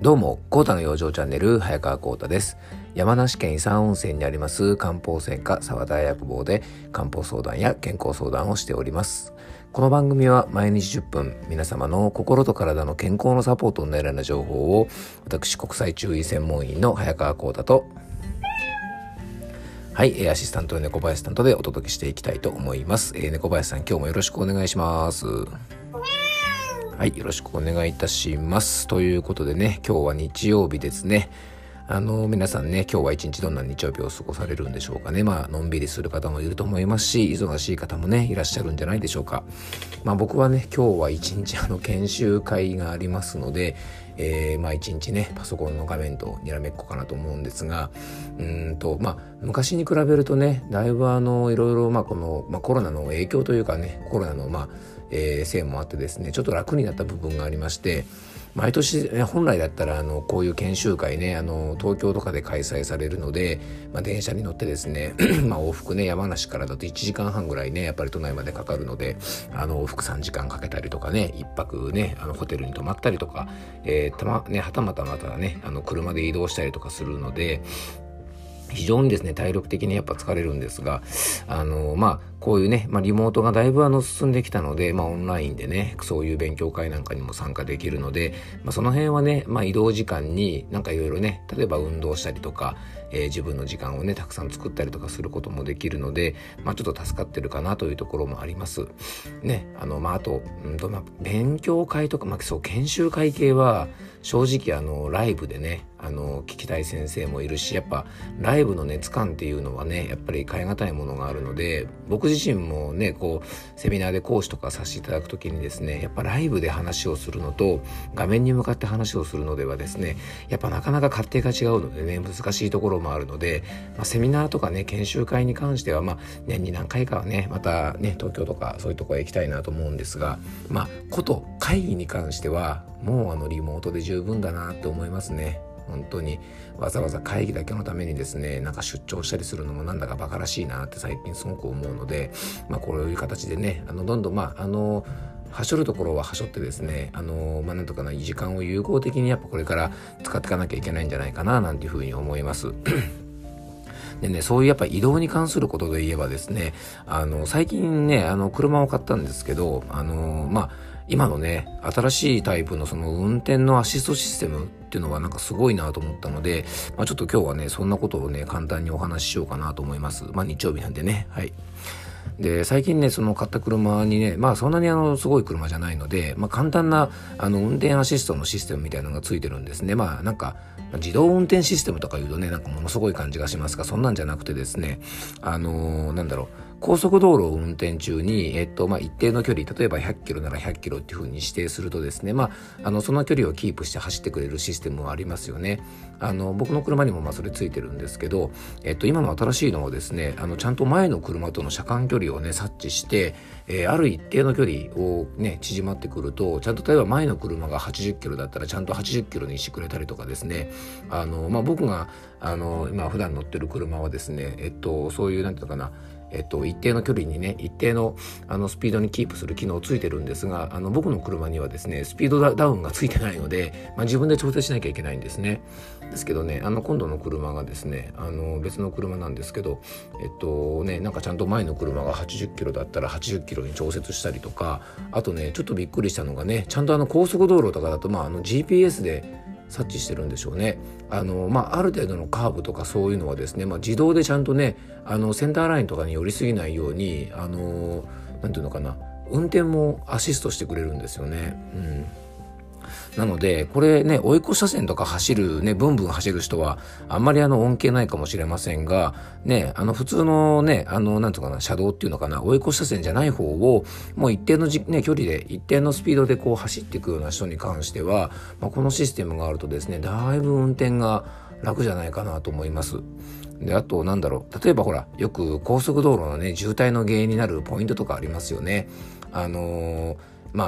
どうも、コータの養生チャンネル、早川コータです。山梨県伊佐温泉にあります漢方専科沢田薬房で漢方相談や健康相談をしております。この番組は毎日10分、皆様の心と体の健康のサポートになるような情報を、私、国際中医専門医の早川コータと、アシスタントの猫林さんとでお届けしていきたいと思います。猫林さん、今日もよろしくお願いします。はい、よろしくお願いいたします。ということでね、今日は日曜日ですね。皆さんね、今日は一日どんな日曜日を過ごされるんでしょうかね。のんびりする方もいると思いますし、忙しい方もね、いらっしゃるんじゃないでしょうか。僕はね、今日は一日研修会がありますので、一日ね、パソコンの画面とにらめっこかなと思うんですが、昔に比べるとね、だいぶいろいろこの、コロナの影響というかね、コロナのせいもあってですね、ちょっと楽になった部分がありまして、毎年、本来だったらこういう研修会ね、東京とかで開催されるので、電車に乗ってですね往復ね、山梨からだと1時間半ぐらいね、やっぱり都内までかかるので、往復3時間かけたりとかね、一泊ね、ホテルに泊まったりとか、はたまたね、車で移動したりとかするので、非常にですね、体力的にやっぱ疲れるんですが、こういうね、リモートがだいぶ進んできたので、オンラインでね、そういう勉強会なんかにも参加できるので、その辺はね、移動時間になんかいろいろね、例えば運動したりとか、自分の時間をね、たくさん作ったりとかすることもできるので、ちょっと助かってるかなというところもあります。ね、あと、勉強会とか、研修会系は、正直ライブでね、聞きたい先生もいるし、やっぱライブの熱感っていうのはね、やっぱり変え難いものがあるので、僕自身もね、セミナーで講師とかさせていただくときにですね、やっぱライブで話をするのと画面に向かって話をするのではですね、やっぱなかなか勝手が違うのでね、難しいところもあるので、セミナーとかね、研修会に関しては年に何回かはね、またね、東京とかそういうところへ行きたいなと思うんですが、こと会議に関してはもうリモートで十分だなって思いますね。本当にわざわざ会議だけのためにですね、なんか出張したりするのもなんだかバカらしいなって最近すごく思うので、こういう形でね、どんどんはしょるところははしょってですね、なんとかな時間を有効的にやっぱこれから使っていかなきゃいけないんじゃないかななんていうふうに思いますでね、そういうやっぱ移動に関することで言えばですね、最近ね、車を買ったんですけど、今のね、新しいタイプのその運転のアシストシステムっていうのはなんかすごいなと思ったので、ちょっと今日はね、そんなことをね、簡単にお話ししようかなと思います。日曜日なんでね、はい。で、最近ね、その買った車にね、そんなにすごい車じゃないので、簡単な運転アシストのシステムみたいなのがついてるんですね。なんか自動運転システムとか言うとね、なんかものすごい感じがしますが、そんなんじゃなくてですね、高速道路を運転中に、一定の距離、例えば100キロなら100キロっていう風に指定するとですね、その距離をキープして走ってくれるシステムはありますよね。僕の車にもそれついてるんですけど、今の新しいのはですね、ちゃんと前の車との車間距離をね、察知して、ある一定の距離をね、縮まってくると、ちゃんと例えば前の車が80キロだったら、ちゃんと80キロにしてくれたりとかですね、僕が、今普段乗ってる車はですね、そういう、なんていうのかな、一定の距離にね、一定のスピードにキープする機能ついてるんですが、僕の車にはですね、スピードダウンがついてないので、自分で調整しなきゃいけないんですね。ですけどね、今度の車がですね、別の車なんですけど、なんかちゃんと前の車が80キロだったら80キロに調節したりとか、あとね、ちょっとびっくりしたのがね、ちゃんと高速道路とかだとGPS で察知してるんでしょうね。ある程度のカーブとかそういうのはですね、自動でちゃんとね、センターラインとかに寄りすぎないように、なんていうのかな、運転もアシストしてくれるんですよね。なので、これね、追い越し車線とか走るね、ブンブン走る人は、あんまり恩恵ないかもしれませんが、ね、普通のね、なんとかな、車道っていうのかな、追い越し車線じゃない方を、もう一定の距離で、一定のスピードで走っていくような人に関しては、このシステムがあるとですね、だいぶ運転が楽じゃないかなと思います。で、あと例えばほら、よく高速道路のね、渋滞の原因になるポイントとかありますよね。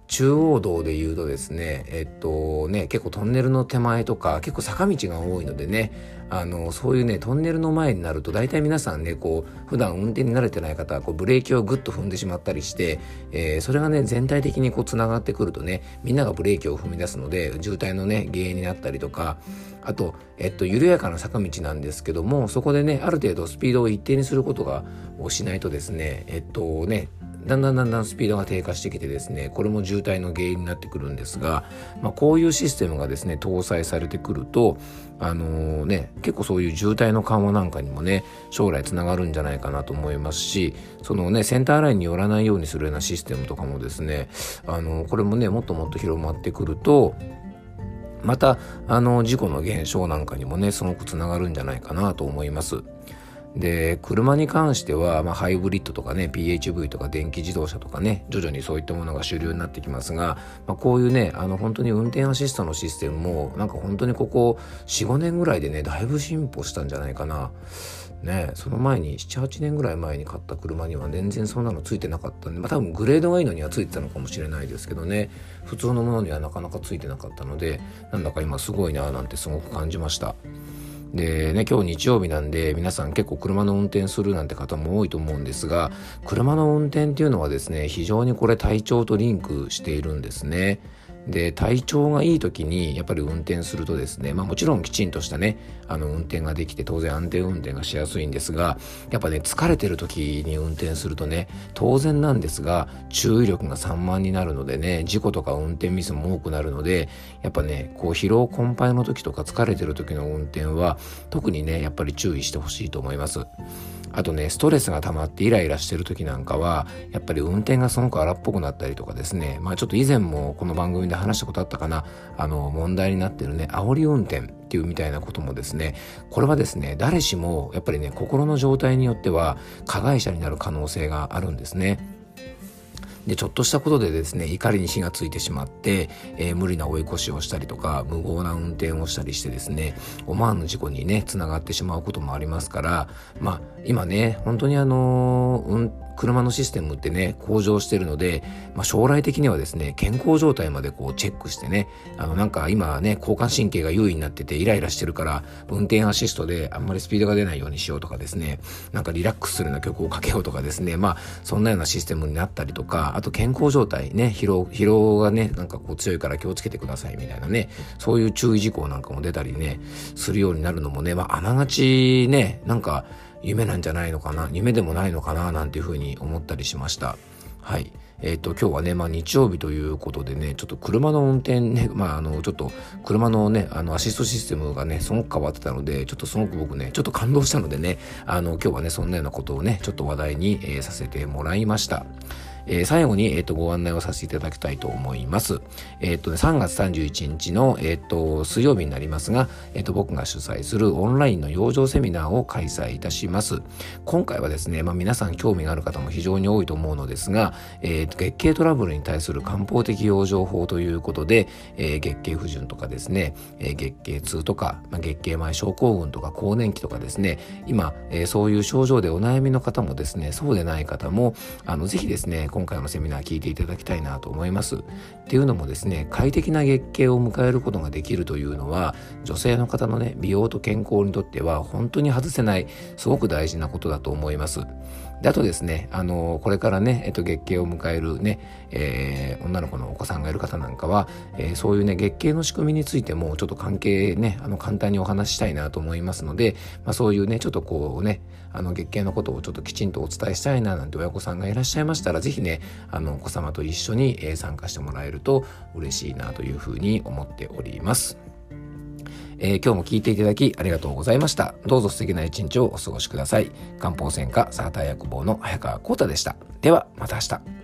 中央道でいうとですね、結構トンネルの手前とか結構坂道が多いのでね、そういうねトンネルの前になると大体皆さんねこう普段運転に慣れてない方はこうブレーキをグッと踏んでしまったりして、それがね全体的にこうつながってくるとね、みんながブレーキを踏み出すので渋滞のね原因になったりとか、あと、緩やかな坂道なんですけども、そこでねある程度スピードを一定にすることをしないとですね、だんだんスピードが低下してきてですね、これも渋滞の原因になってくるんですが、こういうシステムがですね搭載されてくると結構そういう渋滞の緩和なんかにもね将来つながるんじゃないかなと思いますし、そのねセンターラインに寄らないようにするようなシステムとかもですね、これもねもっともっと広まってくるとまた事故の減少なんかにもねすごくつながるんじゃないかなと思います。で車に関しては、ハイブリッドとかね PHV とか電気自動車とかね徐々にそういったものが主流になってきますが、こういうね本当に運転アシストのシステムもなんか本当にここ 4,5 年ぐらいでねだいぶ進歩したんじゃないかな。ね、その前に 7,8 年ぐらい前に買った車には全然そんなのついてなかったんで、多分グレードがいいのにはついてたのかもしれないですけどね、普通のものにはなかなかついてなかったので、なんだか今すごいななんてすごく感じました。でね、今日日曜日なんで皆さん結構車の運転するなんて方も多いと思うんですが、車の運転っていうのはですね非常にこれ体調とリンクしているんですね。で体調がいい時にやっぱり運転するとですね、もちろんきちんとしたね運転ができて当然安全運転がしやすいんですが、やっぱね疲れてる時に運転するとね当然なんですが注意力が散漫になるのでね事故とか運転ミスも多くなるので、やっぱねこう疲労困憊の時とか疲れてる時の運転は特にねやっぱり注意してほしいと思います。あとねストレスが溜まってイライラしてる時なんかはやっぱり運転がすごく荒っぽくなったりとかですね、ちょっと以前もこの番組で話したことあったかな、問題になってるね煽り運転っていうみたいなこともですね、これはですね誰しもやっぱりね心の状態によっては加害者になる可能性があるんですね。でちょっとしたことでですね怒りに火がついてしまって、無理な追い越しをしたりとか無謀な運転をしたりしてですね思わぬ事故にねつながってしまうこともありますから、今ね本当に車のシステムってね向上してるので、将来的にはですね健康状態までこうチェックしてねなんか今ね交感神経が優位になっててイライラしてるから運転アシストであんまりスピードが出ないようにしようとかですね、なんかリラックスするような曲をかけようとかですね、そんなようなシステムになったりとか、あと健康状態ね疲労がねなんかこう強いから気をつけてくださいみたいなね、そういう注意事項なんかも出たりねするようになるのもね、あながちねなんか夢なんじゃないのかな、夢でもないのかななんていうふうに思ったりしました。はい。今日はね、日曜日ということでね、ちょっと車の運転ね、ちょっと車のね、アシストシステムがね、すごく変わってたので、ちょっとすごく僕ね、ちょっと感動したのでね、今日はね、そんなようなことをね、ちょっと話題に、させてもらいました。最後に、ご案内をさせていただきたいと思います。3月31日の、水曜日になりますが、僕が主催するオンラインの養生セミナーを開催いたします。今回はですね、皆さん興味がある方も非常に多いと思うのですが、月経トラブルに対する漢方的養生法ということで、月経不順とかですね、月経痛とか、月経前症候群とか更年期とかですね、今、そういう症状でお悩みの方もですね、そうでない方もぜひですね今回のセミナー聞いていただきたいなと思います。っていうのもですね、快適な月経を迎えることができるというのは女性の方のね美容と健康にとっては本当に外せないすごく大事なことだと思います。であとですねこれからね、月経を迎えるね、女の子のお子さんがいる方なんかは、そういうね月経の仕組みについてもちょっと関係ね簡単にお話ししたいなと思いますので、そういうねちょっとこうね月経のことをちょっときちんとお伝えしたいななんて親御さんがいらっしゃいましたら、ぜひねお子様と一緒に、参加してもらえると嬉しいなというふうに思っております。今日も聞いていただきありがとうございました。どうぞ素敵な一日をお過ごしください。漢方専科サーター薬房の早川浩太でした。ではまた明日。